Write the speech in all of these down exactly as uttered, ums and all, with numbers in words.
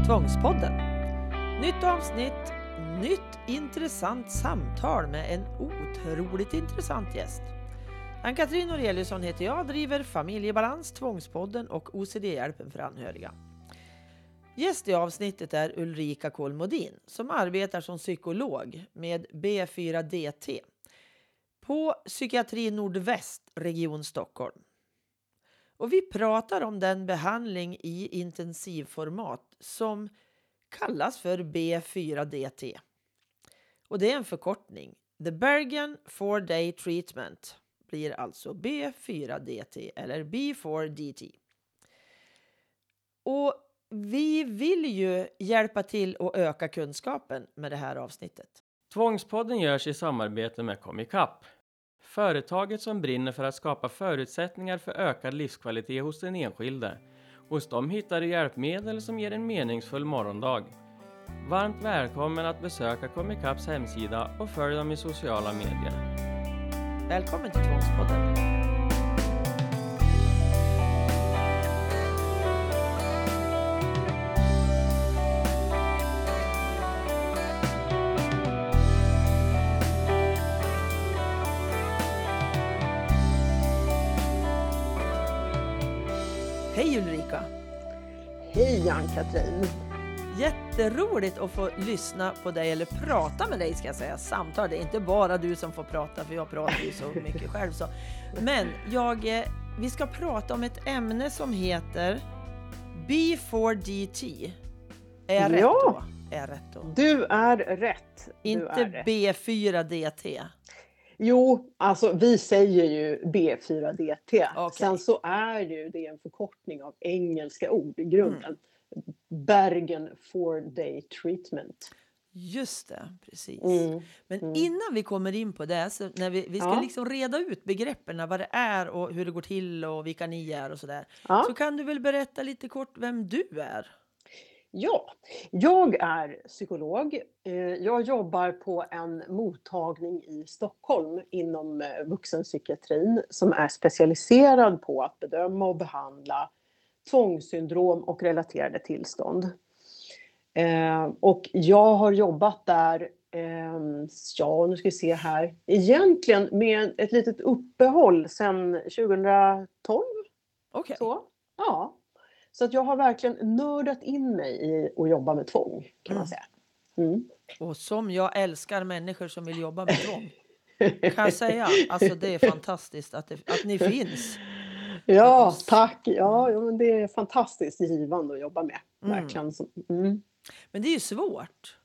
Tvångspodden. Nytt avsnitt, nytt intressant samtal med en otroligt intressant gäst. Ann-Katrin Noreliusson heter jag, driver Familjebalans, Tvångspodden och O C D-hjälpen för anhöriga. Gäst i avsnittet är Ulrika Kolmodin som arbetar som psykolog med B fyra D T på Psykiatri Nordväst, Region Stockholm. Och vi pratar om den behandling i intensivformat som kallas för B fyra D T. Och det är en förkortning. The Bergen four day Treatment blir alltså B fyra D T eller B four D T. Och vi vill ju hjälpa till att öka kunskapen med det här avsnittet. Tvångspodden görs i samarbete med Comicap. Företaget som brinner för att skapa förutsättningar för ökad livskvalitet hos den enskilde. Hos dem hittar du hjälpmedel som ger en meningsfull morgondag. Varmt välkommen att besöka Comicaps hemsida och följ dem i sociala medier. Välkommen till Tvångspodden. Hej Ulrika! Hej Ann-Katrin! Jätteroligt att få lyssna på dig, eller prata med dig ska jag säga. Samtal, det är inte bara du som får prata, för jag pratar ju så mycket själv. Så. Men jag, vi ska prata om ett ämne som heter B four D T. Är jag rätt Ja, då? Är jag rätt då? du är rätt. Du Inte är rätt. B fyra D T. Jo, alltså vi säger ju B fyra D T. Okej. Sen så är ju det en förkortning av engelska ord i grunden. Mm. Bergen four day Treatment. Just det, precis. Mm. Men Mm. innan vi kommer in på det, så när vi, vi ska Ja. liksom reda ut begreppen, vad det är och hur det går till och vilka ni är och sådär. Ja. Så kan du väl berätta lite kort vem du är? Ja, jag är psykolog. Eh, Jag jobbar på en mottagning i Stockholm inom eh, vuxenpsykiatrin som är specialiserad på att bedöma och behandla tvångssyndrom och relaterade tillstånd. Eh, Och jag har jobbat där, eh, ja nu ska vi se här, egentligen med ett litet uppehåll sedan tjugohundratolv. Okej. Så, ja. Så att jag har verkligen nördat in mig i att jobba med tvång, kan man Mm. säga. Mm. Och som jag älskar människor som vill jobba med tvång. Kan jag säga. Alltså det är fantastiskt att, det, att ni finns. Ja, tack. Ja, ja, men det är fantastiskt givande att jobba med. Mm. Verkligen. Mm. Men det är ju svårt.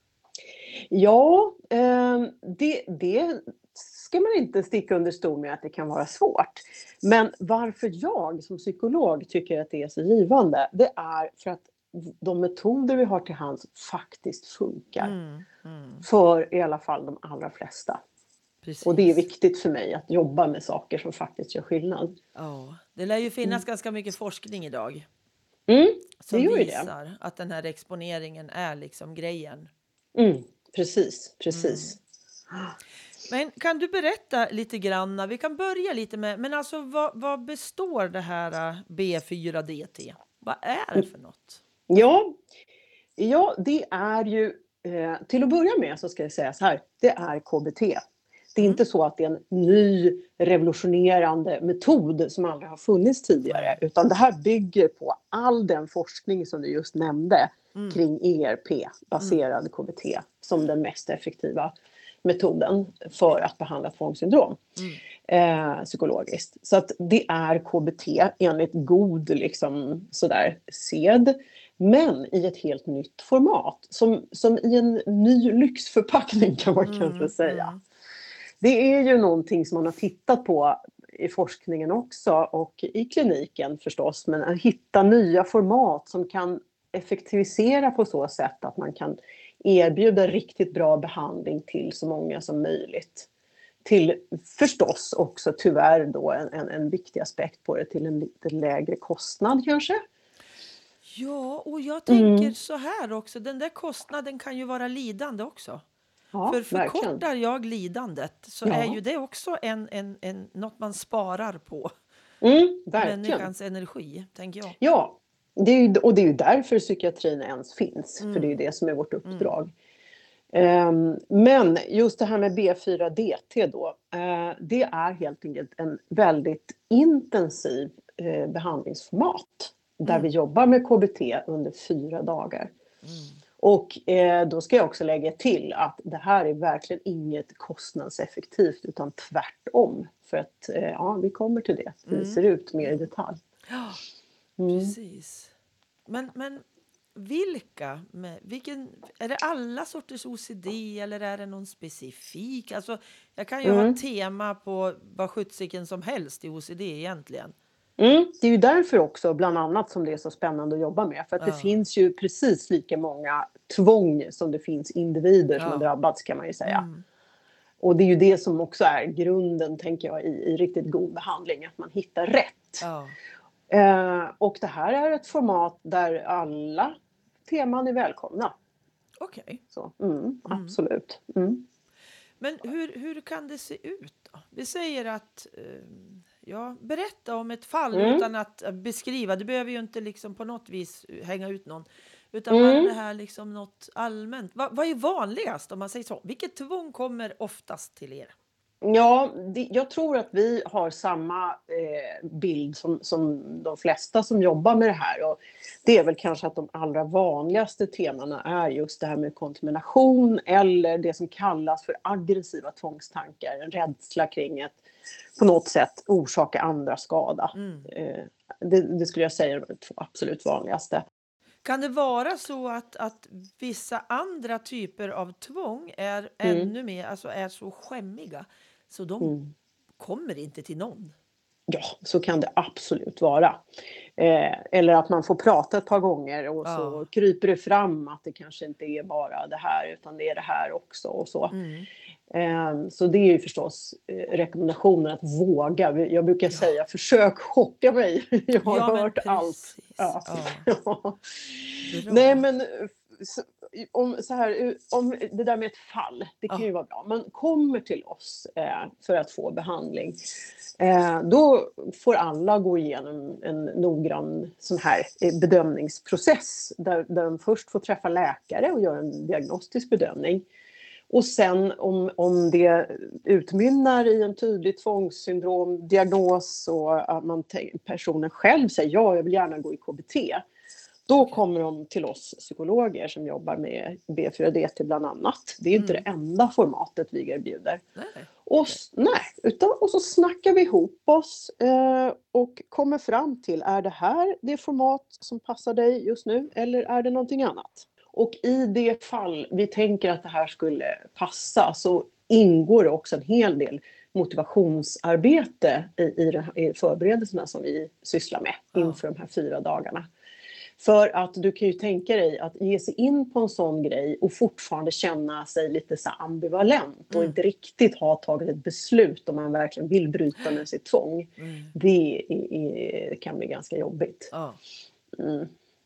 Ja, eh, det, det ska man inte sticka under stol med att det kan vara svårt. Men varför jag som psykolog tycker att det är så givande, det är för att de metoder vi har till hands faktiskt funkar. Mm, mm, För i alla fall de allra flesta. precis. Och det är viktigt för mig att jobba med saker som faktiskt gör skillnad. Ja, det lär ju finnas ganska mycket forskning idag. Mm, Som det gör ju visar att den här exponeringen är liksom grejen. Mm, precis, precis. Men kan du berätta lite grann, vi kan börja lite med, men alltså vad, vad består det här äh, B fyra D T? Vad är det för något? Ja, ja, det är ju, eh, till att börja med så ska jag säga så här, det är K B T. Det är Mm. inte så att det är en ny revolutionerande metod som aldrig har funnits tidigare. Utan det här bygger på all den forskning som du just nämnde Mm. kring E R P-baserad K B T som den mest effektiva metoden för att behandla tvångssyndrom Mm. eh, psykologiskt. Så att det är K B T enligt god liksom, sådär, sed. Men i ett helt nytt format. Som, som i en ny lyxförpackning kan man Mm, kanske säga. mm. Det är ju någonting som man har tittat på i forskningen också och i kliniken förstås. Men att hitta nya format som kan effektivisera på så sätt att man kan erbjuda riktigt bra behandling till så många som möjligt. Till förstås också tyvärr då en, en, en viktig aspekt på det, till en lite lägre kostnad kanske. Ja, och jag tänker Mm. så här också, den där kostnaden kan ju vara lidande också. Ja, För verkligen. förkortar jag lidandet så Ja. är ju det också en, en, en, något man sparar på. Mm, verkligen. Människans energi, tänker jag. Ja, Det är ju, och det är ju därför psykiatrin ens finns, Mm. för det är ju det som är vårt uppdrag. Mm. Men just det här med B fyra D T då, det är helt enkelt en väldigt intensiv behandlingsformat där Mm. vi jobbar med K B T under fyra dagar. Mm. Och eh, då ska jag också lägga till att det här är verkligen inget kostnadseffektivt utan tvärtom. För att eh, ja, vi kommer till det. Det Mm. ser ut mer i detalj. Ja, Mm. precis. Men, men vilka, med, vilken, är det alla sorters O C D eller är det någon specifik? Alltså, jag kan ju Mm. ha tema på vad sjuttsiken som helst i O C D egentligen. Mm. Det är ju därför också bland annat som det är så spännande att jobba med. För att Ja. det finns ju precis lika många tvång som det finns individer som Ja. har drabbats, kan man ju säga. Mm. Och det är ju det som också är grunden, tänker jag, i, i riktigt god behandling. Att man hittar rätt. Ja. Eh, och det här är ett format där alla teman är välkomna. Okej. Så, mm, absolut. Mm. Men hur, hur kan det se ut då? Vi säger att, eh, ja, berätta om ett fall Mm. utan att eh, beskriva. Det behöver ju inte liksom på något vis hänga ut någon. Utan Mm. bara det här liksom något allmänt. Va, vad är vanligast om man säger så? Vilket tvång kommer oftast till er? Ja, det, jag tror att vi har samma eh, bild som, som de flesta som jobbar med det här. Och det är väl kanske att de allra vanligaste temana är just det här med kontamination eller det som kallas för aggressiva tvångstankar. En rädsla kring att på något sätt orsaka andra skada. Mm. Eh, det, det skulle jag säga är de två absolut vanligaste. Kan det vara så att, att vissa andra typer av tvång är Mm. ännu mer, alltså är så skämmiga så de Mm. kommer inte till någon? Ja, så kan det absolut vara. Eh, eller att man får prata ett par gånger och Ja. så kryper det fram att det kanske inte är bara det här utan det är det här också och så. Mm. Eh, så det är ju förstås eh, rekommendationen att våga. Jag brukar säga försök chocka mig. Jag har Ja, men hört allt. precis. Ja. Ja. Ja. Bra. Nej men eh, så, om, så här, om det där med ett fall, det kan Ja. ju vara bra. Man kommer till oss eh, för att få behandling. Eh, då får alla gå igenom en noggrann sån här eh, bedömningsprocess. Där, där de först får träffa läkare och göra en diagnostisk bedömning. Och sen om, om det utmynnar i en tydlig tvångssyndromdiagnos och att man te- personen själv säger ja, jag vill gärna gå i K B T. Då kommer de till oss psykologer som jobbar med B fyra D T bland annat. Det är inte Mm. det enda formatet vi erbjuder. Nej. Och, s- nej, utan, och så snackar vi ihop oss eh, och kommer fram till, är det här det format som passar dig just nu eller är det någonting annat? Och i det fall vi tänker att det här skulle passa så ingår det också en hel del motivationsarbete i, i, det, i förberedelserna som vi sysslar med inför de här fyra dagarna. För att du kan ju tänka dig att ge sig in på en sån grej och fortfarande känna sig lite så ambivalent och Mm. inte riktigt ha tagit ett beslut om man verkligen vill bryta med sitt tvång. Mm. Det är, är, kan bli ganska jobbigt. Ja. Mm.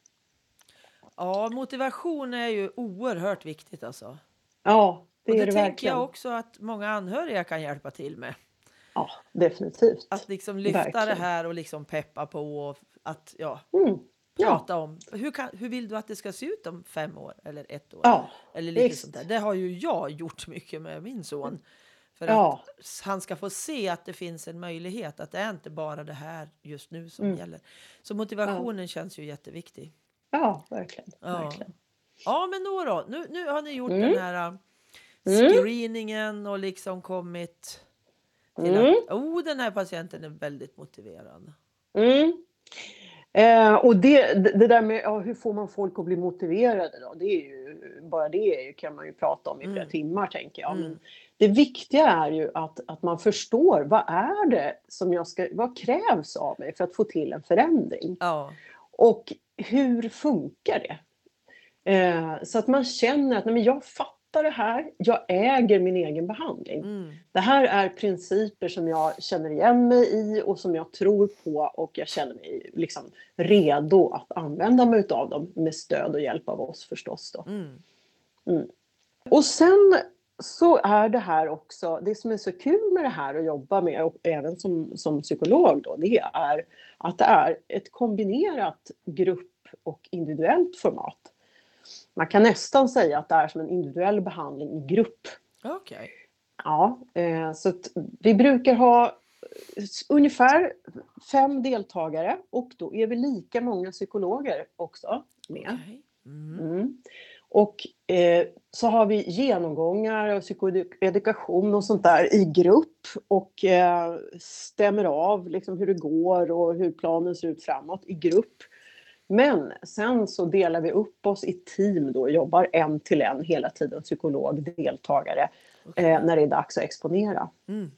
Ja, motivation är ju oerhört viktigt alltså. Ja, det Och det, är det tänker verkligen. jag också att många anhöriga kan hjälpa till med. Ja, definitivt. Att liksom lyfta Verkligen. det här och liksom peppa på och att ja, Mm. Ja. prata om. Hur, kan, hur vill du att det ska se ut om fem år eller ett år? Ja, eller lite visst. sånt där. Det har ju jag gjort mycket med min son. För Ja. att han ska få se att det finns en möjlighet. Att det är inte bara det här just nu som Mm. gäller. Så motivationen känns ju jätteviktig. Ja, verkligen. Ja. verkligen. Ja, men då då. Nu, nu har ni gjort Mm. den här uh, Mm. screeningen och liksom kommit till Mm. att oh, den här patienten är väldigt motiverad. Mm. Eh, och det, det där med ja, hur får man folk att bli motiverade då? Det är ju, bara det är ju, kan man ju prata om i flera Mm. timmar, tänker jag. Mm. Men det viktiga är ju att, att man förstår vad är det som jag ska, vad krävs av mig för att få till en förändring? Ja. Och hur funkar det? Eh, så att man känner att nej, men jag fattar det här, jag äger min egen behandling. Mm. Det här är principer som jag känner igen mig i och som jag tror på och jag känner mig liksom redo att använda mig av dem med stöd och hjälp av oss förstås då. Mm. Mm. Och sen så är det här också, det som är så kul med det här att jobba med, och även som, som psykolog då, det är att det är ett kombinerat grupp- och individuellt format. Man kan nästan säga att det är som en individuell behandling i grupp. Okej. Okay. Ja, eh, så att vi brukar ha ungefär fem deltagare och då är vi lika många psykologer också med. Okay. Mm. Mm. Och eh, så har vi genomgångar och psykoedukation och sånt där i grupp och eh, stämmer av liksom hur det går och hur planen ser ut framåt i grupp. Men sen så delar vi upp oss i team då, jobbar en till en hela tiden, psykolog, deltagare, okay. eh, när det är dags att exponera. Mm.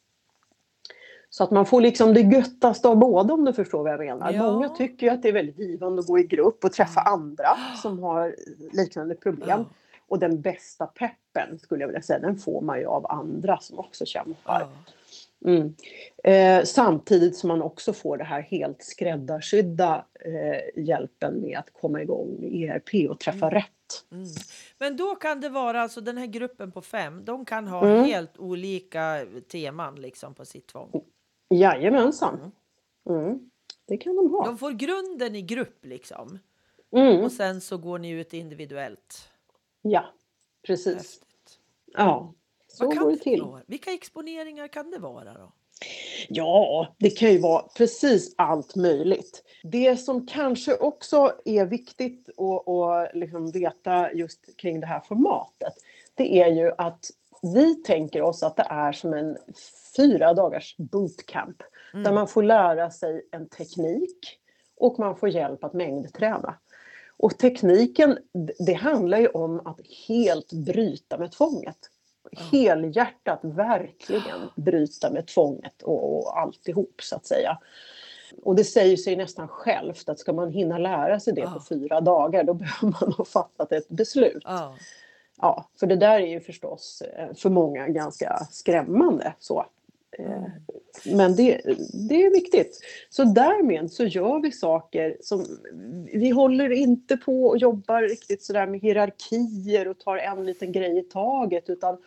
Så att man får liksom det göttaste av båda, om du förstår vad jag menar. Ja. Många tycker ju att det är väldigt givande att gå i grupp och träffa mm. andra som har liknande problem. Ja. Och den bästa peppen, skulle jag vilja säga, den får man ju av andra som också kämpar. Ja. Mm. Eh, samtidigt som man också får det här helt skräddarsydda eh, hjälpen med att komma igång med E R P och träffa mm. rätt. Mm. Men då kan det vara, alltså den här gruppen på fem, de kan ha mm. helt olika teman liksom på sitt tvång. Jajamensan. Mm. Mm. Det kan de ha. De får grunden i grupp liksom. Mm. Och sen så går ni ut individuellt. Ja, precis. Häftigt. Ja, så Vad kan går det det till. Vara? Vilka exponeringar kan det vara då? Ja, det kan ju vara precis allt möjligt. Det som kanske också är viktigt att, att liksom veta just kring det här formatet, det är ju att vi tänker oss att det är som en fyra dagars bootcamp. Mm. Där man får lära sig en teknik och man får hjälp att mängdträna. Och tekniken, det handlar ju om att helt bryta med tvånget. Helhjärtat verkligen bryta med tvånget och, och alltihop så att säga. Och det säger sig nästan självt att ska man hinna lära sig det oh. på fyra dagar, då behöver man ha fattat ett beslut. Oh. Ja, för det där är ju förstås för många ganska skrämmande så. Mm. Men det, det är viktigt. Så därmed så gör vi saker som, vi håller inte på och jobbar riktigt sådär med hierarkier och tar en liten grej i taget, utan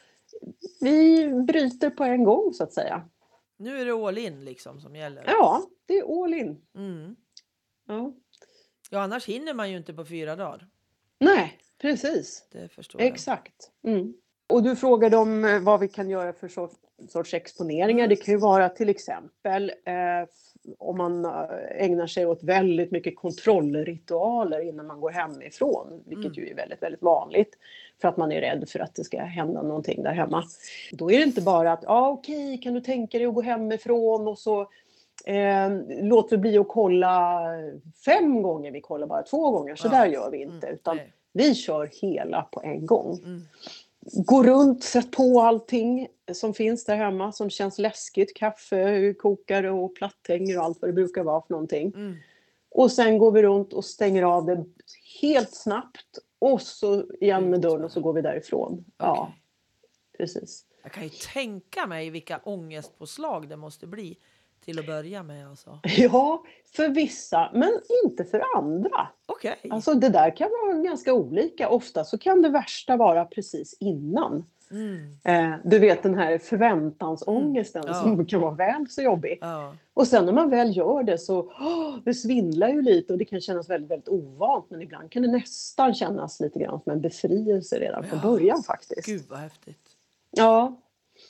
vi bryter på en gång så att säga. Nu är det all in liksom som gäller. Ja, det är all in. Mm. Ja. Ja, annars hinner man ju inte på fyra dagar. Nej, precis. Det förstår jag. Exakt. Mm. Och du frågade om vad vi kan göra för så, sorts exponeringar. Mm. Det kan ju vara till exempel eh, om man ägnar sig åt väldigt mycket kontrollritualer innan man går hemifrån. Vilket mm. ju är väldigt, väldigt vanligt. För att man är rädd för att det ska hända någonting där hemma. Då är det inte bara att, ja ah, okej, okay, kan du tänka dig att gå hemifrån och så eh, låter vi bli att kolla fem gånger. Vi kollar bara två gånger, så ja. Där gör vi inte. Utan mm. vi kör hela på en gång. Mm. Gå runt, sätt på allting som finns där hemma som känns läskigt. Kaffe, kokare och platthänger och allt vad det brukar vara för någonting. Mm. Och sen går vi runt och stänger av det helt snabbt. Och så igen med dörren och så går vi därifrån. Okay. Ja, precis. Jag kan ju tänka mig vilka ångestpåslag det måste bli till att börja med. Alltså. Ja, för vissa, men inte för andra. Okej. Okay. Alltså det där kan vara ganska olika. Ofta så kan det värsta vara precis innan. Mm. Eh, du vet den här förväntansångesten mm. ja. Som kan vara väl så jobbig. Ja. Och sen när man väl gör det så oh, det svindlar ju lite och det kan kännas väldigt, väldigt ovant. Men ibland kan det nästan kännas lite grann som en befrielse redan ja. Från början faktiskt. Gud vad häftigt. Ja.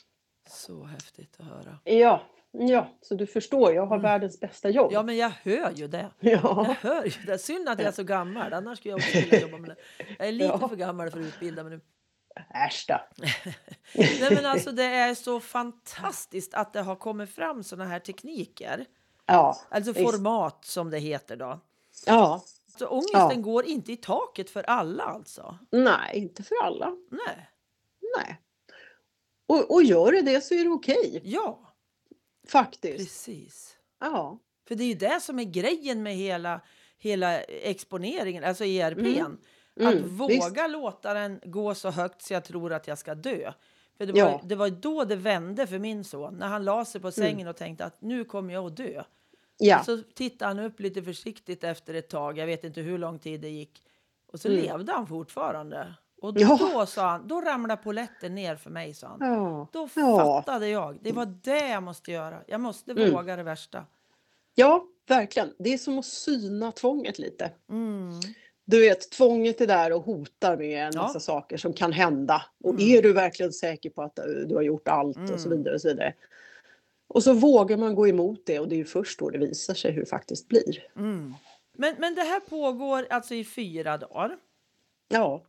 Så häftigt att höra. Ja. Ja, så du förstår, jag har mm. världens bästa jobb. Ja, men jag hör ju det. Ja. Jag hör ju det. Synd att jag är så gammal, annars skulle jag också vilja jobba med det. Jag är lite ja. För gammal för att utbilda mig nu. Äsch då. Nej, men alltså det är så fantastiskt att det har kommit fram såna här tekniker. Ja. Alltså format som det heter då. Ja. Så ångesten ja. Går inte i taket för alla alltså? Nej, inte för alla. Nej. Nej. Och, och gör det det så är det okej. Okay. Ja. Faktiskt. Precis. Ja. För det är ju det som är grejen med hela, hela exponeringen, alltså E R P:n. Mm. Att mm, våga visst. Låta den gå så högt så jag tror att jag ska dö. För det var, ja. Det var då det vände för min son. När han la sig på sängen mm. och tänkte att nu kommer jag att dö. Ja. Så tittade han upp lite försiktigt efter ett tag. Jag vet inte hur lång tid det gick. Och så mm. levde han fortfarande. Och Ja. då sa han, då ramlade polletten ner för mig, sa han. Ja. Då Ja. fattade jag, det var det jag måste göra. Jag måste Mm. våga det värsta. Ja, verkligen. Det är som att syna tvånget lite. Mm. Du vet, tvånget är där och hotar med en Ja. massa saker som kan hända. Och Mm. är du verkligen säker på att du har gjort allt Mm. och så vidare och så vidare. Och så vågar man gå emot det och det är ju först då det visar sig hur det faktiskt blir. Mm. Men, men det här pågår alltså i fyra dagar. Ja.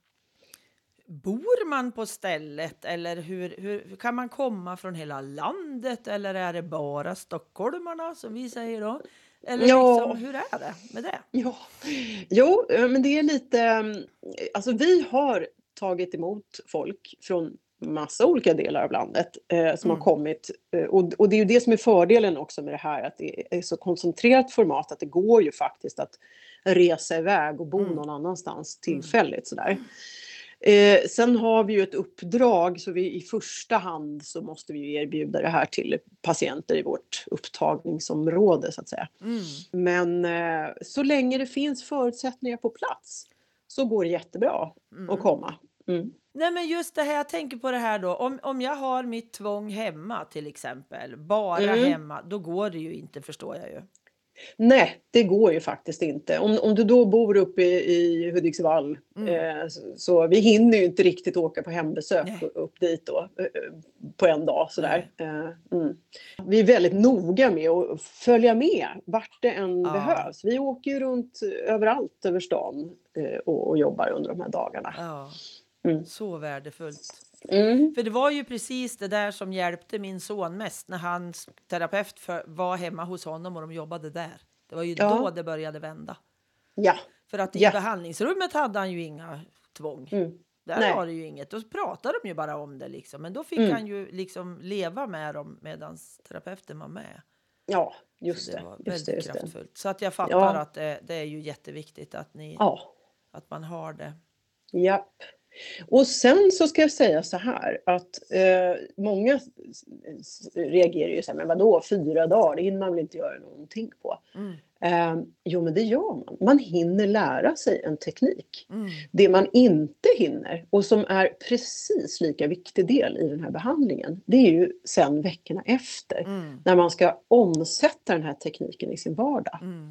Bor man på stället eller hur, hur kan man komma från hela landet eller är det bara stockholmarna som vi säger då? Eller Ja. liksom, hur är det med det? Ja, jo, men det är lite, alltså vi har tagit emot folk från massa olika delar av landet eh, som Mm. har kommit eh, och, och det är ju det som är fördelen också med det här, att det är så koncentrerat format att det går ju faktiskt att resa iväg och bo Mm. någon annanstans tillfälligt sådär. Eh, sen har vi ju ett uppdrag, så vi i första hand så måste vi erbjuda det här till patienter i vårt upptagningsområde så att säga. Mm. Men eh, så länge det finns förutsättningar på plats så går det jättebra Mm. att komma. Mm. Nej, men just det här, jag tänker på det här då. Om, om jag har mitt tvång hemma till exempel, bara Mm. hemma, då går det ju inte, förstår jag ju. Nej, det går ju faktiskt inte. Om, om du då bor uppe i, i Hudiksvall Mm. eh, så, så vi hinner ju inte riktigt åka på hembesök Nej. upp dit då eh, på en dag sådär. Eh, mm. Vi är väldigt noga med att följa med vart det än Ja. behövs. Vi åker ju runt överallt över stan eh, och, och jobbar under de här dagarna. Ja, Mm. så värdefullt. Mm. För det var ju precis det där som hjälpte min son mest när hans terapeut för, var hemma hos honom och de jobbade där. Det var ju Ja. då det började vända. Ja. För att i Ja. behandlingsrummet hade han ju inga tvång. Mm. Där Nej. var det ju inget. Då pratade de ju bara om det liksom. Men då fick Mm. han ju liksom leva med dem medan terapeuten var med. Ja, Så just det det. var Just det, väldigt just det. kraftfullt. Så att jag fattar Ja. att det, det är ju jätteviktigt att, ni, Ja. att man har det. Japp. Och sen så ska jag säga så här att eh, många s- s- reagerar ju så här, men vadå, fyra dagar, det hinner man väl inte göra någonting på. Mm. Eh, jo men det gör man. Man hinner lära sig en teknik. Mm. Det man inte hinner och som är precis lika viktig del i den här behandlingen, det är ju sen veckorna efter. Mm. När man ska omsätta den här tekniken i sin vardag. Mm.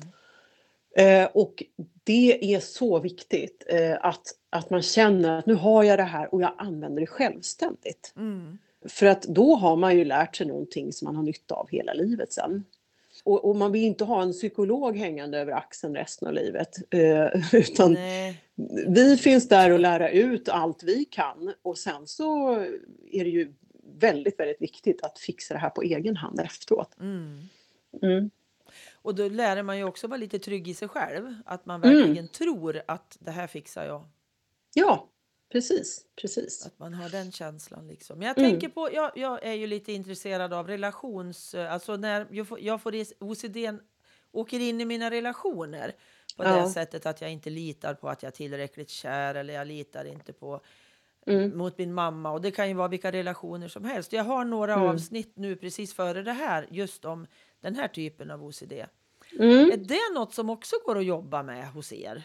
Eh, och det är så viktigt eh, att, att man känner att nu har jag det här och jag använder det självständigt. Mm. För att då har man ju lärt sig någonting som man har nytta av hela livet sen. Och, och man vill inte ha en psykolog hängande över axeln resten av livet. Eh, utan Nej. vi finns där och lära ut allt vi kan. Och sen så är det ju väldigt, väldigt viktigt att fixa det här på egen hand efteråt. Mm. Mm. Och då lär man ju också vara lite trygg i sig själv. Att man Mm. verkligen tror att det här fixar jag. Ja, precis, precis. Att man har den känslan liksom. Men jag Mm. tänker på, jag, jag är ju lite intresserad av relations... Alltså när jag får, jag får i- O C D åker in i mina relationer. På Ja. det sättet att jag inte litar på att jag är tillräckligt kär. Eller jag litar inte på... Mm. Mot min mamma. Och det kan ju vara vilka relationer som helst. Jag har några Mm. avsnitt nu precis före det här. Just om den här typen av O C D. Mm. Är det något som också går att jobba med hos er?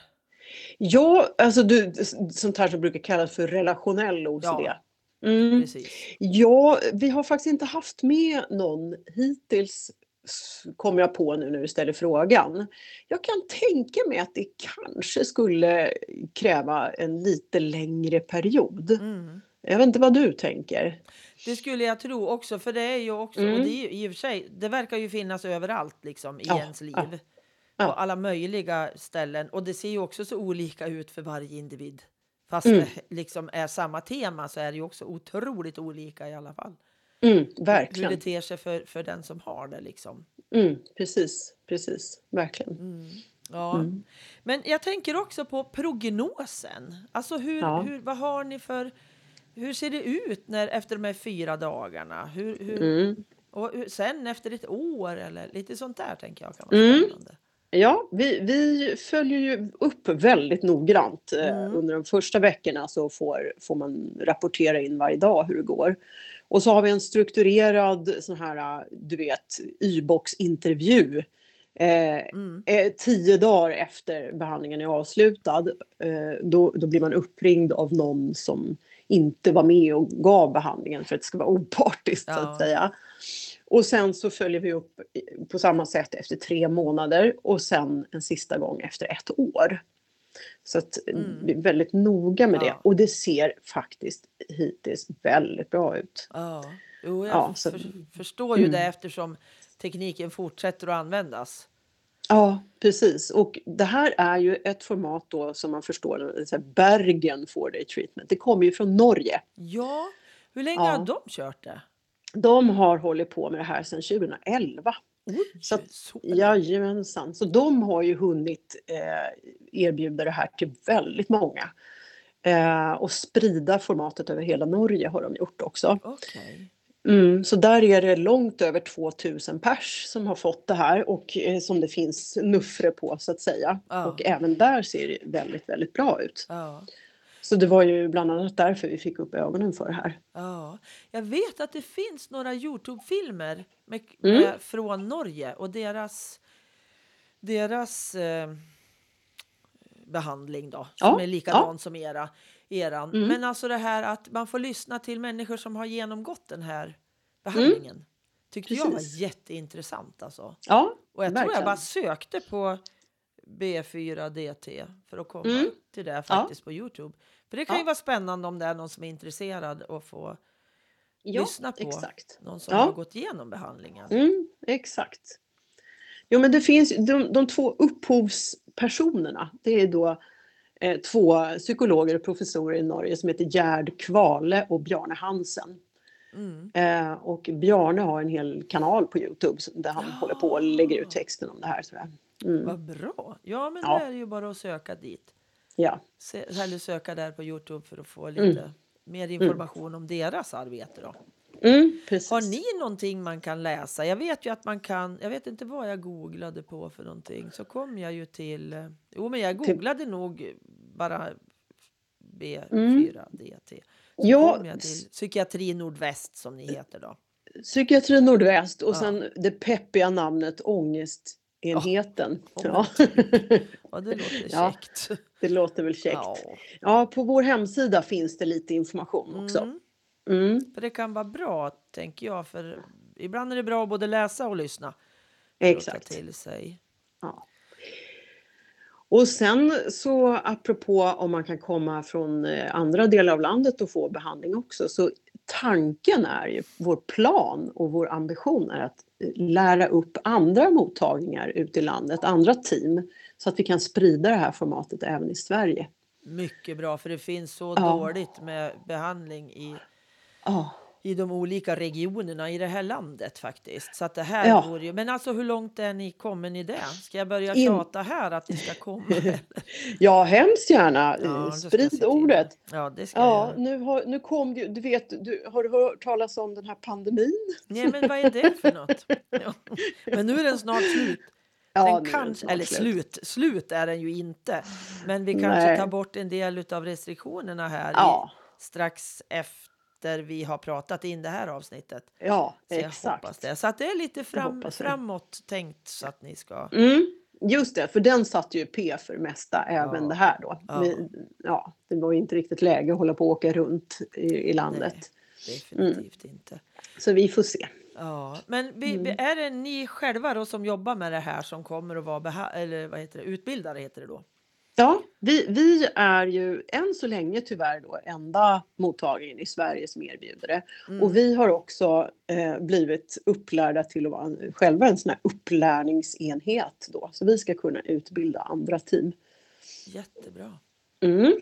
Ja, alltså du, sånt här som brukar kallas för relationell O C D. Ja. Mm. Precis. Ja, vi har faktiskt inte haft med någon hittills, s- kommer jag på nu när du ställer frågan. Jag kan tänka mig att det kanske skulle kräva en lite längre period. Mm. Jag vet inte vad du tänker. Det skulle jag tro också, för det är ju också, Mm. och det är ju i och för sig, det verkar ju finnas överallt liksom i Ja, ens liv. ja, ja. På alla möjliga ställen. Och det ser ju också så olika ut för varje individ. Fast Mm. det liksom är samma tema så är det ju också otroligt olika i alla fall. Mm, Hur verkligen. det ter sig för, för den som har det liksom. Mm, precis, precis, verkligen. Mm. Ja. Mm. Men jag tänker också på prognosen. Alltså hur, Ja. hur, vad har ni för... Hur ser det ut när, efter de här fyra dagarna? Hur, hur, Mm. och hur, sen efter ett år eller lite sånt där tänker jag kan vara Mm. spännande. Ja, vi, vi följer ju upp väldigt noggrant. Eh, Mm. Under de första veckorna så får, får man rapportera in varje dag hur det går. Och så har vi en strukturerad sån här, du vet, Y-box-intervju Eh, Mm. eh, tio dagar efter behandlingen är avslutad, eh, då, då blir man uppringd av någon som inte var med och gav behandlingen för att det ska vara opartiskt så Ja. att säga. Och sen så följer vi upp på samma sätt efter tre månader och sen en sista gång efter ett år. Så att Mm. vi är väldigt noga med Ja. det. Och det ser faktiskt hittills väldigt bra ut. Ja, jo, jag Ja, så- för, förstår ju Mm. det eftersom tekniken fortsätter att användas. Ja, precis. Och det här är ju ett format då som man förstår, så här Bergen four day treatment. Det kommer ju från Norge. Ja, hur länge Ja. har de kört det? De har hållit på med det här sedan tjugoelva. Oj, Så att- så länge. Jajamensan. Så de har ju hunnit eh, erbjuda det här till väldigt många. Eh, och sprida formatet över hela Norge har de gjort också. Okej. Mm, så där är det långt över tvåtusen pers som har fått det här och eh, som det finns nuffre på så att säga. Ja. Och även där ser det väldigt, väldigt bra ut. Ja. Så det var ju bland annat därför vi fick upp ögonen för det här. Ja, jag vet att det finns några Youtube-filmer med, Mm. med, från Norge och deras, deras eh, behandling då, som Ja, är likadan som era, eran. Mm. Men alltså det här att man får lyssna till människor som har genomgått den här behandlingen. Tyckte jag var Precis. jätteintressant alltså. Ja, Och jag tror verkligen. jag bara sökte på B fyra D T för att komma Mm. till det faktiskt på Youtube. För det kan ju Ja. vara spännande om det är någon som är intresserad och få Ja, lyssna på exakt. någon som Ja. har gått igenom behandlingen. Mm, exakt. Jo, men det finns de, de två upphovspersonerna. Det är då eh, två psykologer och professorer i Norge som heter Gerd Kvale och Bjarne Hansen. Mm. Eh, och Bjarne har en hel kanal på Youtube där han Ja. håller på och lägger ut texten om det här. Sådär. Mm. Vad bra. Ja, men Ja. det är ju bara att söka dit. Ja. Se, eller söka där på Youtube för att få lite mer information om deras arbete då. Mm, precis. Har ni någonting man kan läsa? Jag vet ju att man kan, jag vet inte vad jag googlade på för någonting. Så kom jag ju till, eh, jo men jag googlade nog bara B fyra D T. Så Ja, kom jag till Psykiatri Nordväst som ni heter då. Psykiatri Nordväst och Ja. sen det peppiga namnet Ångestenheten. Ja, Ja. Ja, det låter Ja. käckt. Det låter väl käckt. Ja. Ja, på vår hemsida finns det lite information också. Mm. Mm, För det kan vara bra, tänker jag. För ibland är det bra att både läsa och lyssna. För att exakt. ta till sig. Ja. Och sen så apropå om man kan komma från eh, andra delar av landet och få behandling också. Så tanken är ju, vår plan och vår ambition är att eh, lära upp andra mottagningar ute i landet, andra team. Så att vi kan sprida det här formatet även i Sverige. Mycket bra, för det finns så Ja. dåligt med behandling i, Ja. i de olika regionerna i det här landet faktiskt. Så att det här Ja. vore ju... Men alltså hur långt är ni kommen i det? Ska jag börja In- tjata här att ni ska komma? Ja, hemskt gärna. Ja, Eh, då ska jag se Sprid till ordet. det. Ja, det ska jag Ja, göra. nu, har, nu kom ju, du vet, du, har du hört talas om den här pandemin? Nej, men vad är det för något? Ja. Men nu är den snart slut. Ja, Den nu är den kanske, snart eller slut, slut är den ju inte. Men vi kanske Nej. tar bort en del av restriktionerna här Ja, i, strax efter vi har pratat in det här avsnittet. ja, Så jag exakt. hoppas det. Så att det är lite fram, hoppas jag. framåt tänkt så att ni ska... Mm, just det, för den satt ju P för mesta även Ja. det här då. Ja. Vi, ja, det var ju inte riktigt läge att hålla på och åka runt i, i landet. Nej, definitivt inte. Så vi får se. Ja, men vi, Mm. vi- är det ni själva då som jobbar med det här som kommer att vara beha- eller vad heter det, utbildare heter det då? Ja, vi, vi är ju än så länge tyvärr då enda mottagningen i Sverige som erbjuder det. Mm. Och vi har också eh, blivit upplärda till att vara en, själva en sån här upplärningsenhet då. Så vi ska kunna utbilda andra team. Jättebra. Mm.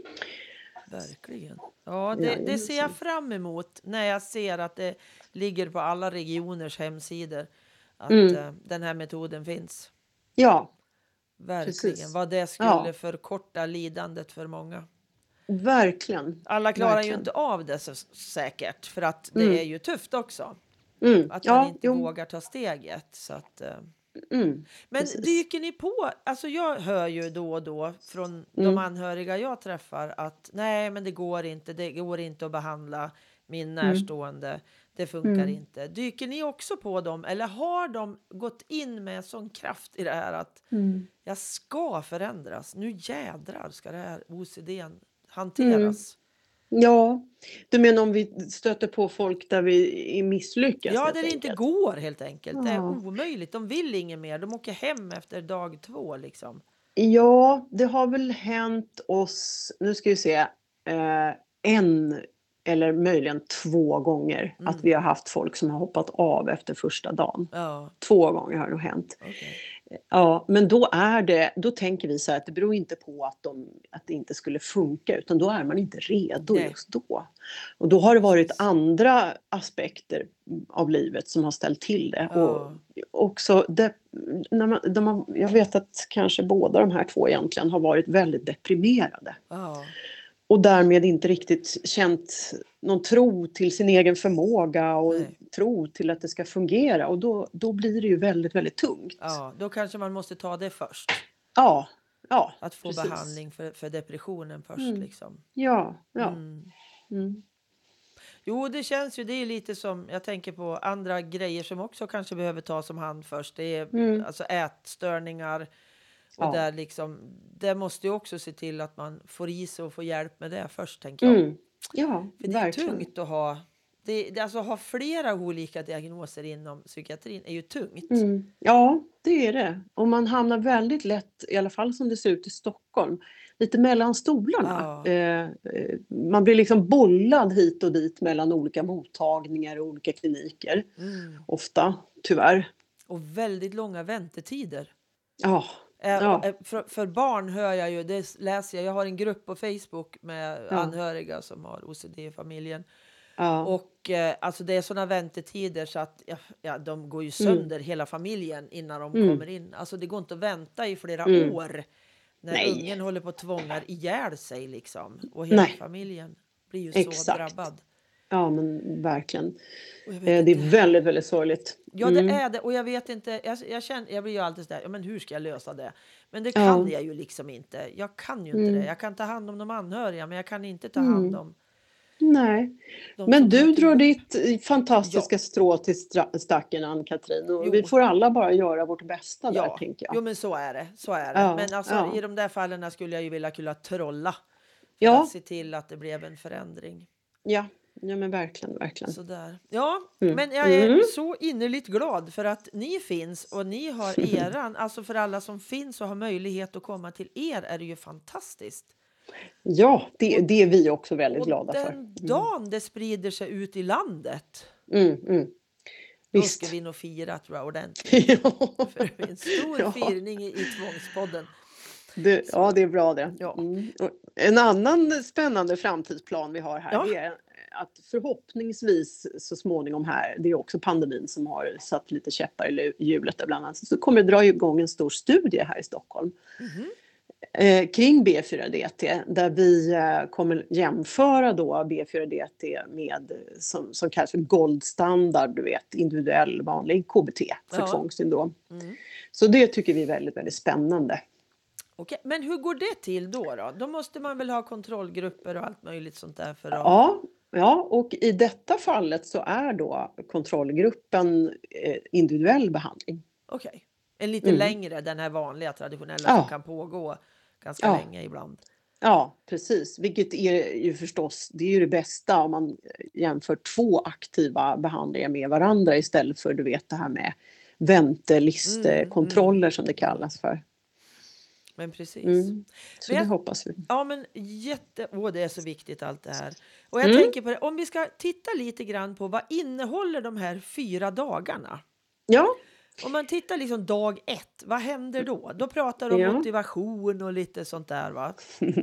Verkligen. Ja, det, det Jajamensan. ser jag fram emot när jag ser att det ligger på alla regioners hemsidor att Mm. eh, den här metoden finns. Ja, Verkligen. Precis. Vad det skulle Ja. förkorta lidandet för många. verkligen. Alla klarar ju Verkligen. inte av det så säkert för att det Mm. är ju tufft också. Mm. Att man Ja, inte jo. vågar ta steget. Så att, eh. Mm. Men Precis. dyker ni på, alltså jag hör ju då och då från de Mm. anhöriga jag träffar att nej men det går inte, det går inte att behandla min Mm. närstående. Det det funkar Mm. inte. Dyker ni också på dem eller har de gått in med sån kraft i det här att Mm. jag ska förändras, nu jädrar ska det här O C D:n Mm. hanteras? Ja, du menar om vi stöter på folk där vi misslyckas Ja, helt där det inte enkelt? går helt enkelt. Det är Ja. omöjligt. De vill inget mer. De åker hem efter dag två liksom. Ja, det har väl hänt oss, nu ska vi se, eh, en eller möjligen två gånger Mm. att vi har haft folk som har hoppat av efter första dagen. Ja, Två gånger har det nog hänt. okej. Ja, men då är det, då tänker vi så här att det beror inte på att, de, att det inte skulle funka, utan då är man inte redo Nej. just då. Och då har det varit Precis. andra aspekter av livet som har ställt till det. Ja. Och också det, när man, när man, jag vet att kanske båda de här två egentligen har varit väldigt deprimerade. Ja, Och därmed inte riktigt känt någon tro till sin egen förmåga och Nej. tro till att det ska fungera. Och då, då blir det ju väldigt, väldigt tungt. ja, då kanske man måste ta det först. Ja, ja. Att få precis. behandling för, för depressionen först Mm. liksom. Ja, ja. Mm. Mm. Jo, det känns ju, det är lite som, jag tänker på andra grejer som också kanske behöver tas om hand först. Det är Mm. alltså ätstörningar. Och Ja. där liksom, det måste ju också se till att man får i sig och får hjälp med det först, tänker jag. Mm. Ja, För det verkligen. är tungt att ha, det, det, alltså ha flera olika diagnoser inom psykiatrin är ju tungt. Mm. Ja, det är det. Och man hamnar väldigt lätt, i alla fall som det ser ut i Stockholm, lite mellan stolarna. Ja. Eh, eh, man blir liksom bollad hit och dit mellan olika mottagningar och olika kliniker. Mm. Ofta, tyvärr. Och väldigt långa väntetider. Ja, Eh, Ja. eh, För, för barn hör jag ju, det läser jag, jag har en grupp på Facebook med Ja. anhöriga som har O C D i familjen. ja. Och eh, alltså det är sådana väntetider så att ja, ja, de går ju sönder hela familjen innan de Mm. kommer in. Alltså det går inte att vänta i flera Mm. år när Nej. ungen håller på att tvångar ihjäl sig liksom. Och hela Nej. familjen blir ju Exakt. så drabbad. ja, men verkligen. Och jag vet Eh, det är inte. väldigt, väldigt sorgligt. Ja, det Mm. är det. Och jag vet inte, jag, jag, känner, jag blir ju alltid sådär, ja men hur ska jag lösa det? Men det Ja. kan jag ju liksom inte. Jag kan ju inte Mm. det. Jag kan ta hand om de anhöriga, men jag kan inte ta Mm. hand om Nej. de Men som du hör till- drar ditt fantastiska strå till stra- stacken, Ann-Katrin. Och Jo. vi får alla bara göra vårt bästa där, Ja, tänker jag. jo men så är det. Så är det. Ja, Men alltså, ja. i de där fallen skulle jag ju vilja kunna trolla. För Ja. att se till att det blev en förändring. Ja, ja men verkligen, verkligen. Sådär. Ja, Mm. men jag är Mm. så innerligt glad för att ni finns och ni har eran. Alltså för alla som finns och har möjlighet att komma till er är det ju fantastiskt. Ja, det, det är vi också väldigt Och glada den för. Mm. dagen det sprider sig ut i landet, Mm, mm. då Visst. ska vi nog fira tror jag ordentligt. ja. För det blir en stor Ja. firning i, i Tvångspodden. Det, ja, det är bra det. Ja. Mm. Och en annan spännande framtidsplan vi har här Ja. det är att förhoppningsvis så småningom här, det är också pandemin som har satt lite käppar i lu- hjulet där bland annat, så kommer det dra igång en stor studie här i Stockholm Mhm. eh, kring B fyra D T där vi eh, kommer jämföra då B fyra D T med som, som kallas för goldstandard, du vet, individuell vanlig K B T för Ja. tvångssyndrom. Mm. Så det tycker vi är väldigt, väldigt spännande. Okej, men hur går det till då, då? Då måste man väl ha kontrollgrupper och allt möjligt sånt där för att... Ja, ja, och i detta fallet så är då kontrollgruppen eh, individuell behandling. Okej. En lite Mm. längre, den här vanliga traditionella Ja. som kan pågå ganska Ja. länge ibland. Ja, precis. Vilket är ju förstås, det är ju det bästa om man jämför två aktiva behandlingar med varandra istället för, du vet, det här med väntelistekontroller som det kallas för. Men precis. Mm. Så Men jag- det hoppas vi. Ja, men jätte... Åh, det är så viktigt allt det här. Och jag Mm. tänker på det, om vi ska titta lite grann på vad innehåller de här fyra dagarna? Ja, Om man tittar liksom dag ett, vad händer då? Då pratar de om Ja. motivation och lite sånt där, va?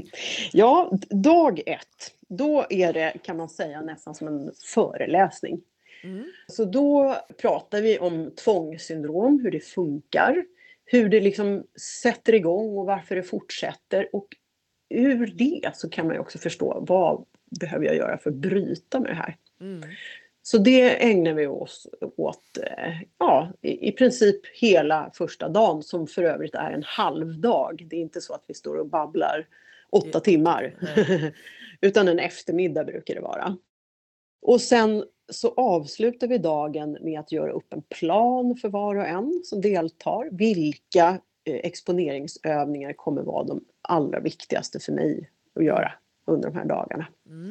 ja, d- dag ett, då är det, kan man säga, nästan som en föreläsning. Mm. Så då pratar vi om tvångssyndrom, hur det funkar, hur det liksom sätter igång och varför det fortsätter. Och ur det så kan man ju också förstå vad behöver jag göra för att bryta med det här. Mm. Så det ägnar vi oss åt eh, ja, i, i princip hela första dagen, som för övrigt är en halvdag. Det är inte så att vi står och babblar åtta Det- timmar. Nej. Utan en eftermiddag brukar det vara. Och sen så avslutar vi dagen med att göra upp en plan för var och en som deltar. Vilka eh, exponeringsövningar kommer vara de allra viktigaste för mig att göra under de här dagarna. Mm.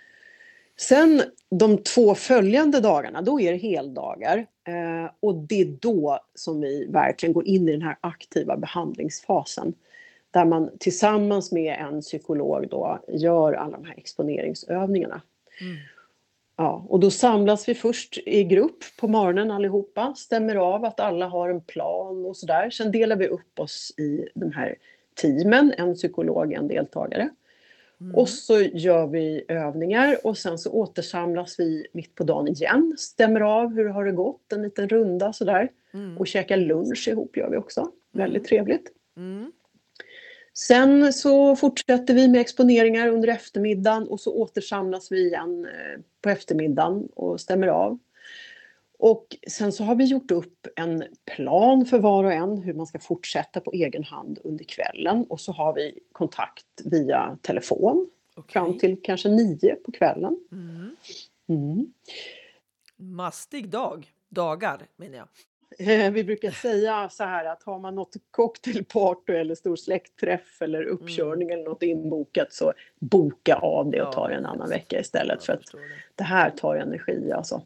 Sen de två följande dagarna, då är det heldagar. Eh, och det är då som vi verkligen går in i den här aktiva behandlingsfasen. Där man tillsammans med en psykolog då gör alla de här exponeringsövningarna. Mm. Ja, och då samlas vi först i grupp på morgonen allihopa. Stämmer av att alla har en plan och sådär. Sen delar vi upp oss i de här teamen. En psykolog, en deltagare. Mm. Och så gör vi övningar och sen så återsamlas vi mitt på dagen igen. Stämmer av hur har det gått, en liten runda sådär. Mm. Och käkar lunch ihop gör vi också. Väldigt Mm. trevligt. Mm. Sen så fortsätter vi med exponeringar under eftermiddagen och så återsamlas vi igen eh, på eftermiddagen och stämmer av. Och sen så har vi gjort upp en plan för var och en hur man ska fortsätta på egen hand under kvällen. Och så har vi kontakt via telefon Okej. fram till kanske nio på kvällen. Mm. Mm. Mastig dag. Dagar menar jag. Eh, Vi brukar säga så här att har man något cocktailparty eller stor släktträff eller uppkörning eller något inbokat så boka av det och Ja, ta det en annan vecka istället Jag för att förstår det. det här tar energi alltså.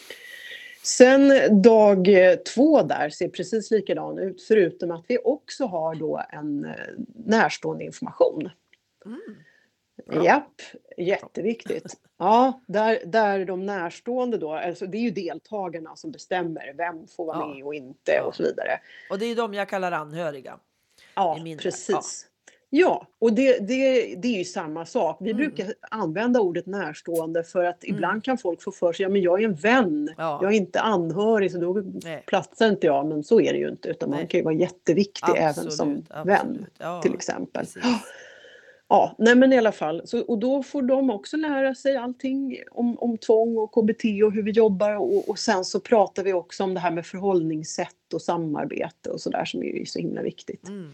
Sen dag eh, två där ser precis likadan ut förutom att vi också har då en eh, närstående information. Mm. Bra. Japp, jätteviktigt. Ja, där, där de närstående då, alltså det är ju deltagarna som bestämmer vem får vara Ja. med och inte Ja. och så vidare. Och det är de jag kallar anhöriga. Ja, i min värld. precis. Ja, och det, det, det är ju samma sak. Vi Mm. brukar använda ordet närstående för att Mm. ibland kan folk få för sig, ja men jag är en vän, Ja. jag är inte anhörig så då Nej. platsar inte jag, men så är det ju inte utan man Nej. kan ju vara jätteviktig även Absolut, som absolut. vän Ja, till exempel. precis. Ja, nej men i alla fall. Så, och då får de också lära sig allting om, om tvång och K B T och hur vi jobbar. Och, och sen så pratar vi också om det här med förhållningssätt och samarbete och sådär som är ju så himla viktigt. Mm.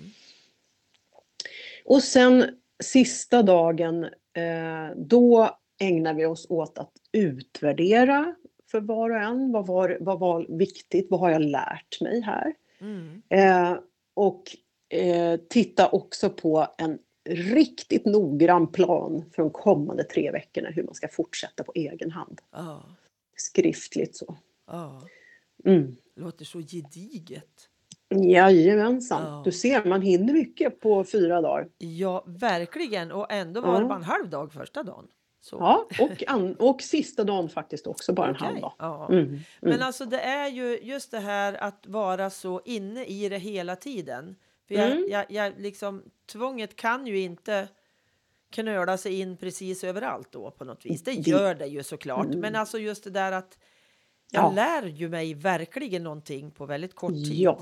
Och sen sista dagen, eh, då ägnar vi oss åt att utvärdera för var och en. Vad var, vad var viktigt? Vad har jag lärt mig här? Mm. Eh, och eh, titta också på en riktigt noggrann plan för de kommande tre veckorna hur man ska fortsätta på egen hand. Ja. Skriftligt så. Ja. Mm. Låter så gediget. Jajamensan. Ja. Du ser, man hinner mycket på fyra dagar. Ja, verkligen. Och ändå var det Ja. bara en halv dag första dagen. Så. Ja, och, an- och sista dagen faktiskt också bara en Okej. halv dag. Ja. Mm. Mm. Men alltså det är ju just det här att vara så inne i det hela tiden. För jag, Mm. jag, jag liksom, tvånget kan ju inte knöla sig in precis överallt då på något vis. Det Det- gör det ju såklart. Mm. Men alltså just det där att jag Ja. lär ju mig verkligen någonting på väldigt kort tid. Ja.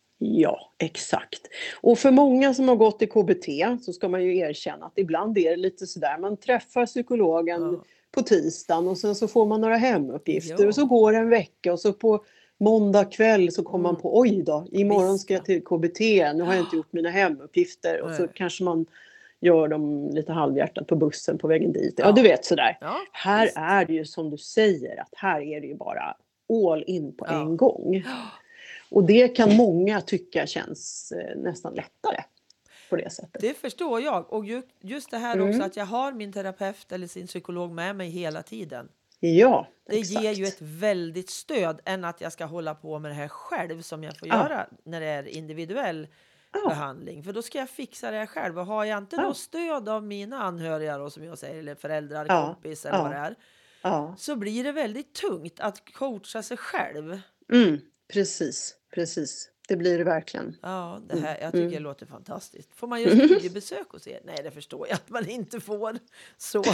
Ja, exakt. Och för många som har gått i K B T så ska man ju erkänna att ibland är det lite sådär. Man träffar psykologen Ja. på tisdagen och sen så får man några hemuppgifter Ja. och så går det en vecka och så på måndag kväll så kommer man Mm. på oj då, imorgon Visst, ska ja. jag till K B T, nu har jag inte gjort mina hemuppgifter och så Nej. kanske man gör dem lite halvhjärtat på bussen på vägen dit. Ja, Ja. du vet sådär. Ja, Här visst. är det ju som du säger att här är det ju bara all in på Ja. en gång. Och det kan många tycka känns eh, nästan lättare på det sättet. Det förstår jag. Och ju, just det här Mm. också att jag har min terapeut eller sin psykolog med mig hela tiden. Ja, Det exakt. ger ju ett väldigt stöd än att jag ska hålla på med det här själv som jag får Ja. göra när det är individuell Ja, behandling. För då ska jag fixa det här själv. Och har jag inte Ja. då stöd av mina anhöriga då, som jag säger, eller föräldrar, Ja. kompis eller Ja. vad det är, ja. så blir det väldigt tungt att coacha sig själv. Mm, precis, precis. Det blir det verkligen. Ja, det här, jag tycker Mm. det låter fantastiskt. Får man göra studiebesök hos er? Nej, det förstår jag att man inte får. Så.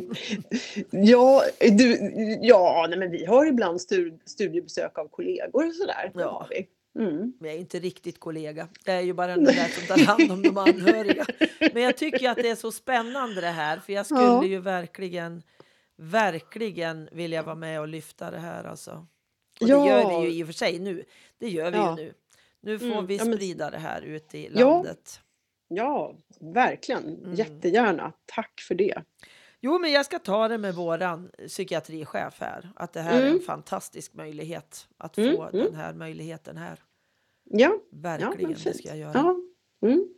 Ja, du, ja nej, men vi har ibland stu- studiebesök av kollegor och sådär. Det Ja. har vi. Mm. Men jag är inte riktigt kollega. Det är ju bara den där som tar hand om de anhöriga. Men jag tycker att det är så spännande det här. För jag skulle Ja. ju verkligen, verkligen vilja vara med och lyfta det här. Alltså. Och Ja. det gör vi ju i och för sig nu. Det gör vi Ja. ju nu. Nu får Mm, vi ja, men- sprida det här ut i Ja. landet. Ja, verkligen. Mm. Jättegärna. Tack för det. Jo, men jag ska ta det med våran psykiatrichef här. Att det här är en Mm. fantastisk möjlighet. Att Mm, få mm. den här möjligheten här. Ja, ja Verkligen, men det fint. ska jag göra. Ja. Mm.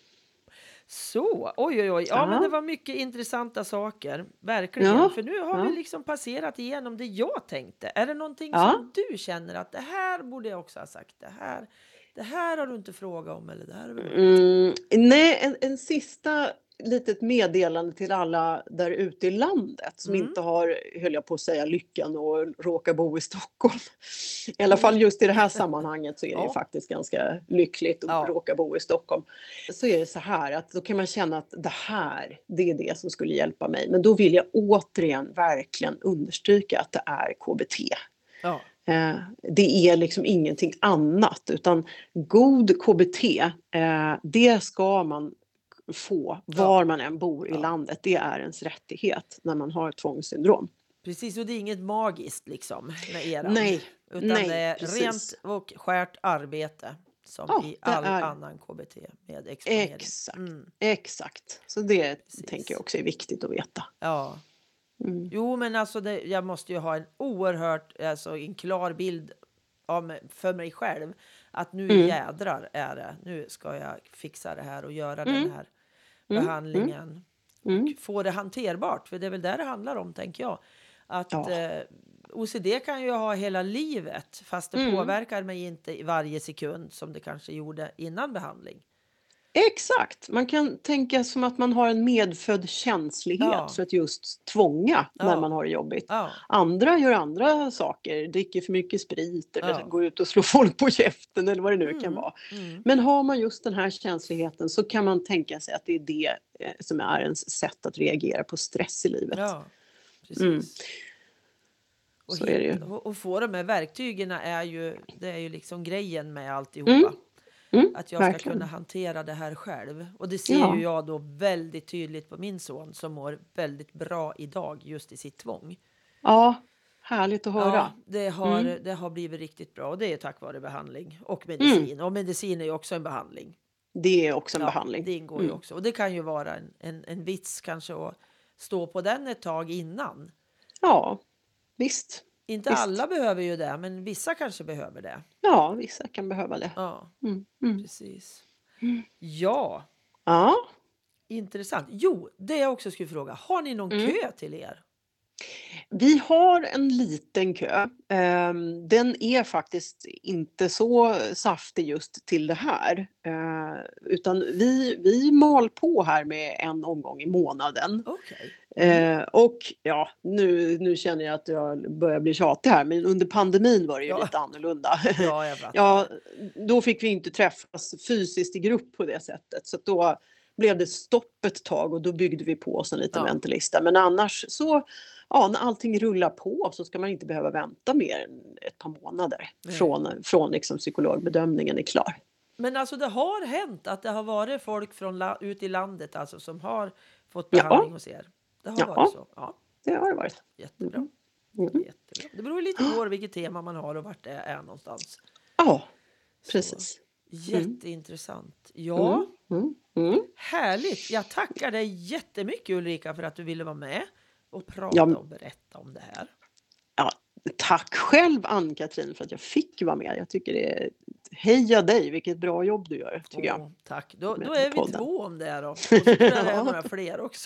Så, oj oj oj. Ja, men Ja. det var mycket intressanta saker. Verkligen. Ja, För nu har ja. vi liksom passerat igenom det jag tänkte. Är det någonting Ja. som du känner att det här borde jag också ha sagt? Det här, det här har du inte frågat om. Eller det här är väl... Mm, nej, en, en sista litet meddelande till alla där ute i landet som Mm. inte har, höll jag på att säga, lyckan och råka bo i Stockholm. I alla fall just i det här sammanhanget så är det ju Ja. faktiskt ganska lyckligt att Ja. råka bo i Stockholm. Så är det så här att då kan man känna att det här, det är det som skulle hjälpa mig. Men då vill jag återigen verkligen understryka att det är K B T. Ja. Eh, det är liksom ingenting annat utan god K B T, eh, det ska man få var man än bor i Ja. landet. Det är ens rättighet när man har tvångssyndrom. Precis, och det är inget magiskt liksom med eran. Nej, Utan nej, det är precis. rent och skärt arbete. Som Ja, i det all är- annan K B T med exponering. Exakt, Mm, exakt. Så det Precis. tänker jag också är viktigt att veta. ja. Mm. Jo, men alltså det, jag måste ju ha en oerhört, alltså en klar bild av mig, för mig själv. Att nu Mm. jädrar är det. Nu ska jag fixa det här och göra Mm. den här Mm. behandlingen. Mm. Och få det hanterbart. För det är väl där det handlar om, tänker jag. Att Ja. eh, O C D kan jag ha hela livet. Fast det Mm. påverkar mig inte i varje sekund som det kanske gjorde innan behandling. Exakt, man kan tänka som att man har en medfödd känslighet Ja. för att just tvånga när Ja. man har det jobbigt. Ja, Andra gör andra saker, dricker för mycket sprit eller Ja. går ut och slår folk på käften eller vad det nu kan Mm. vara. mm. Men har man just den här känsligheten så kan man tänka sig att det är det eh, som är ens sätt att reagera på stress i livet. ja precis. Mm. Och, Så är det ju. hitta- och, och få de här verktygen är ju, det är ju liksom grejen med alltihopa. Mm. Mm, Att jag ska verkligen. kunna hantera det här själv. Och det ser Ja. ju jag då väldigt tydligt på min son som mår väldigt bra idag just i sitt tvång. Ja, härligt att höra. Ja, det har, Mm. det har blivit riktigt bra och det är tack vare behandling och medicin. Och medicin är ju också en behandling. Det är också en Ja, behandling. det ingår ju Mm. också. Och det kan ju vara en, en, en vits kanske att stå på den ett tag innan. Ja, visst. Inte Visst. alla behöver ju det, men vissa kanske behöver det. Ja, vissa kan behöva det. Ja, Mm. Mm. precis. Mm. Ja, Ja. intressant. Jo, det jag också skulle fråga. Har ni någon Mm. kö till er? Vi har en liten kö. Ehm, Den är faktiskt inte så saftig just till det här. Eh, Utan vi, vi mal på här med en omgång i månaden. Okej. Eh, och ja, nu, nu känner jag att jag börjar bli tjatig här, men under pandemin var det ju Ja. lite annorlunda. Ja, jag fattar. Ja, då fick vi inte träffas fysiskt i grupp på det sättet. Så att då blev det stopp ett tag och då byggde vi på oss en liten Ja. väntelista. Men annars så, ja, när allting rullar på så ska man inte behöva vänta mer än ett par månader Nej. från, från liksom psykologbedömningen är klar. Men alltså det har hänt att det har varit folk från la- ut i landet alltså, som har fått Ja. behandling hos er. Det har Ja. varit så. Ja, Det har det varit. jättebra. Mm. Jättebra. Det beror ju lite på vilket tema man har och vart det är någonstans. Ja, Så, precis. jätteintressant. Ja, Mm. Mm. härligt. Jag tackar dig jättemycket Ulrika för att du ville vara med och prata Ja, men- och berätta om det här. Ja, tack själv Ann-Katrin för att jag fick vara med. Jag tycker det är, heja dig, vilket bra jobb du gör, tycker jag. Åh, tack. Då, Med då är vi podden. två om det då. Och så tror jag det är några fler också.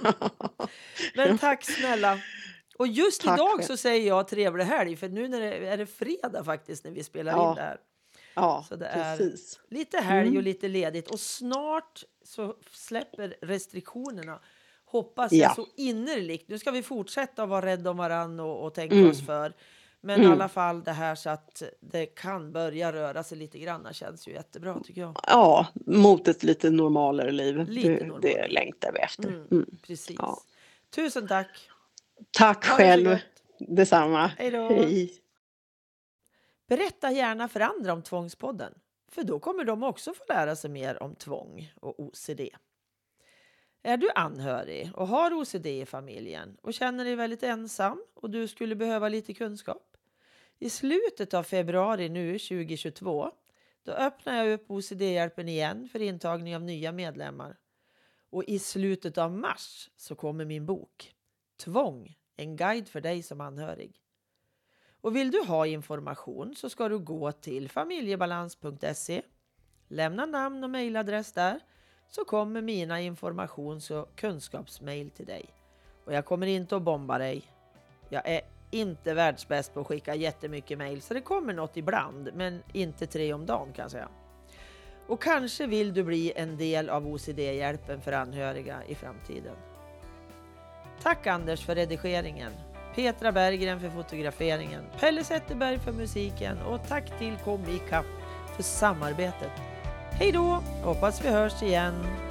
Men tack snälla. Och just Tack idag själv. så säger jag trevlig helg. För nu när det, är det fredag faktiskt när vi spelar Ja, in det här. Ja, Så det är- precis. Lite helg Mm. och lite ledigt. Och snart så släpper restriktionerna. Hoppas Ja. jag så innerligt. Nu ska vi fortsätta att vara rädda om varann och, och tänka Mm. oss för. Men Mm. i alla fall det här så att det kan börja röra sig lite grann känns ju jättebra tycker jag. Ja, mot ett lite normalare liv. Lite det, normalare. det längtar vi efter. Mm. Mm. Precis. Ja. Tusen tack. Tack Ha det så själv. gott. Detsamma. Hej då. Hej. Berätta gärna för andra om Tvångspodden. För då kommer de också få lära sig mer om tvång och O C D. Är du anhörig och har O C D i familjen och känner dig väldigt ensam och du skulle behöva lite kunskap? I slutet av februari nu tjugohundratjugotvå då öppnar jag upp O C D-hjälpen igen för intagning av nya medlemmar. Och i slutet av mars så kommer min bok Tvång, en guide för dig som anhörig. Och vill du ha information så ska du gå till familjebalans punkt se, lämna namn och mejladress där, så kommer mina informations- och kunskapsmail till dig. Och jag kommer inte att bomba dig. Jag är inte världsbäst på att skicka jättemycket mejl, så det kommer något ibland, men inte tre om dagen kan jag säga. Och kanske vill du bli en del av O C D-hjälpen för anhöriga i framtiden. Tack Anders för redigeringen, Petra Berggren för fotograferingen, Pelle Zetterberg för musiken och tack till Kom ikapp för samarbetet. Hej då, hoppas vi hörs igen.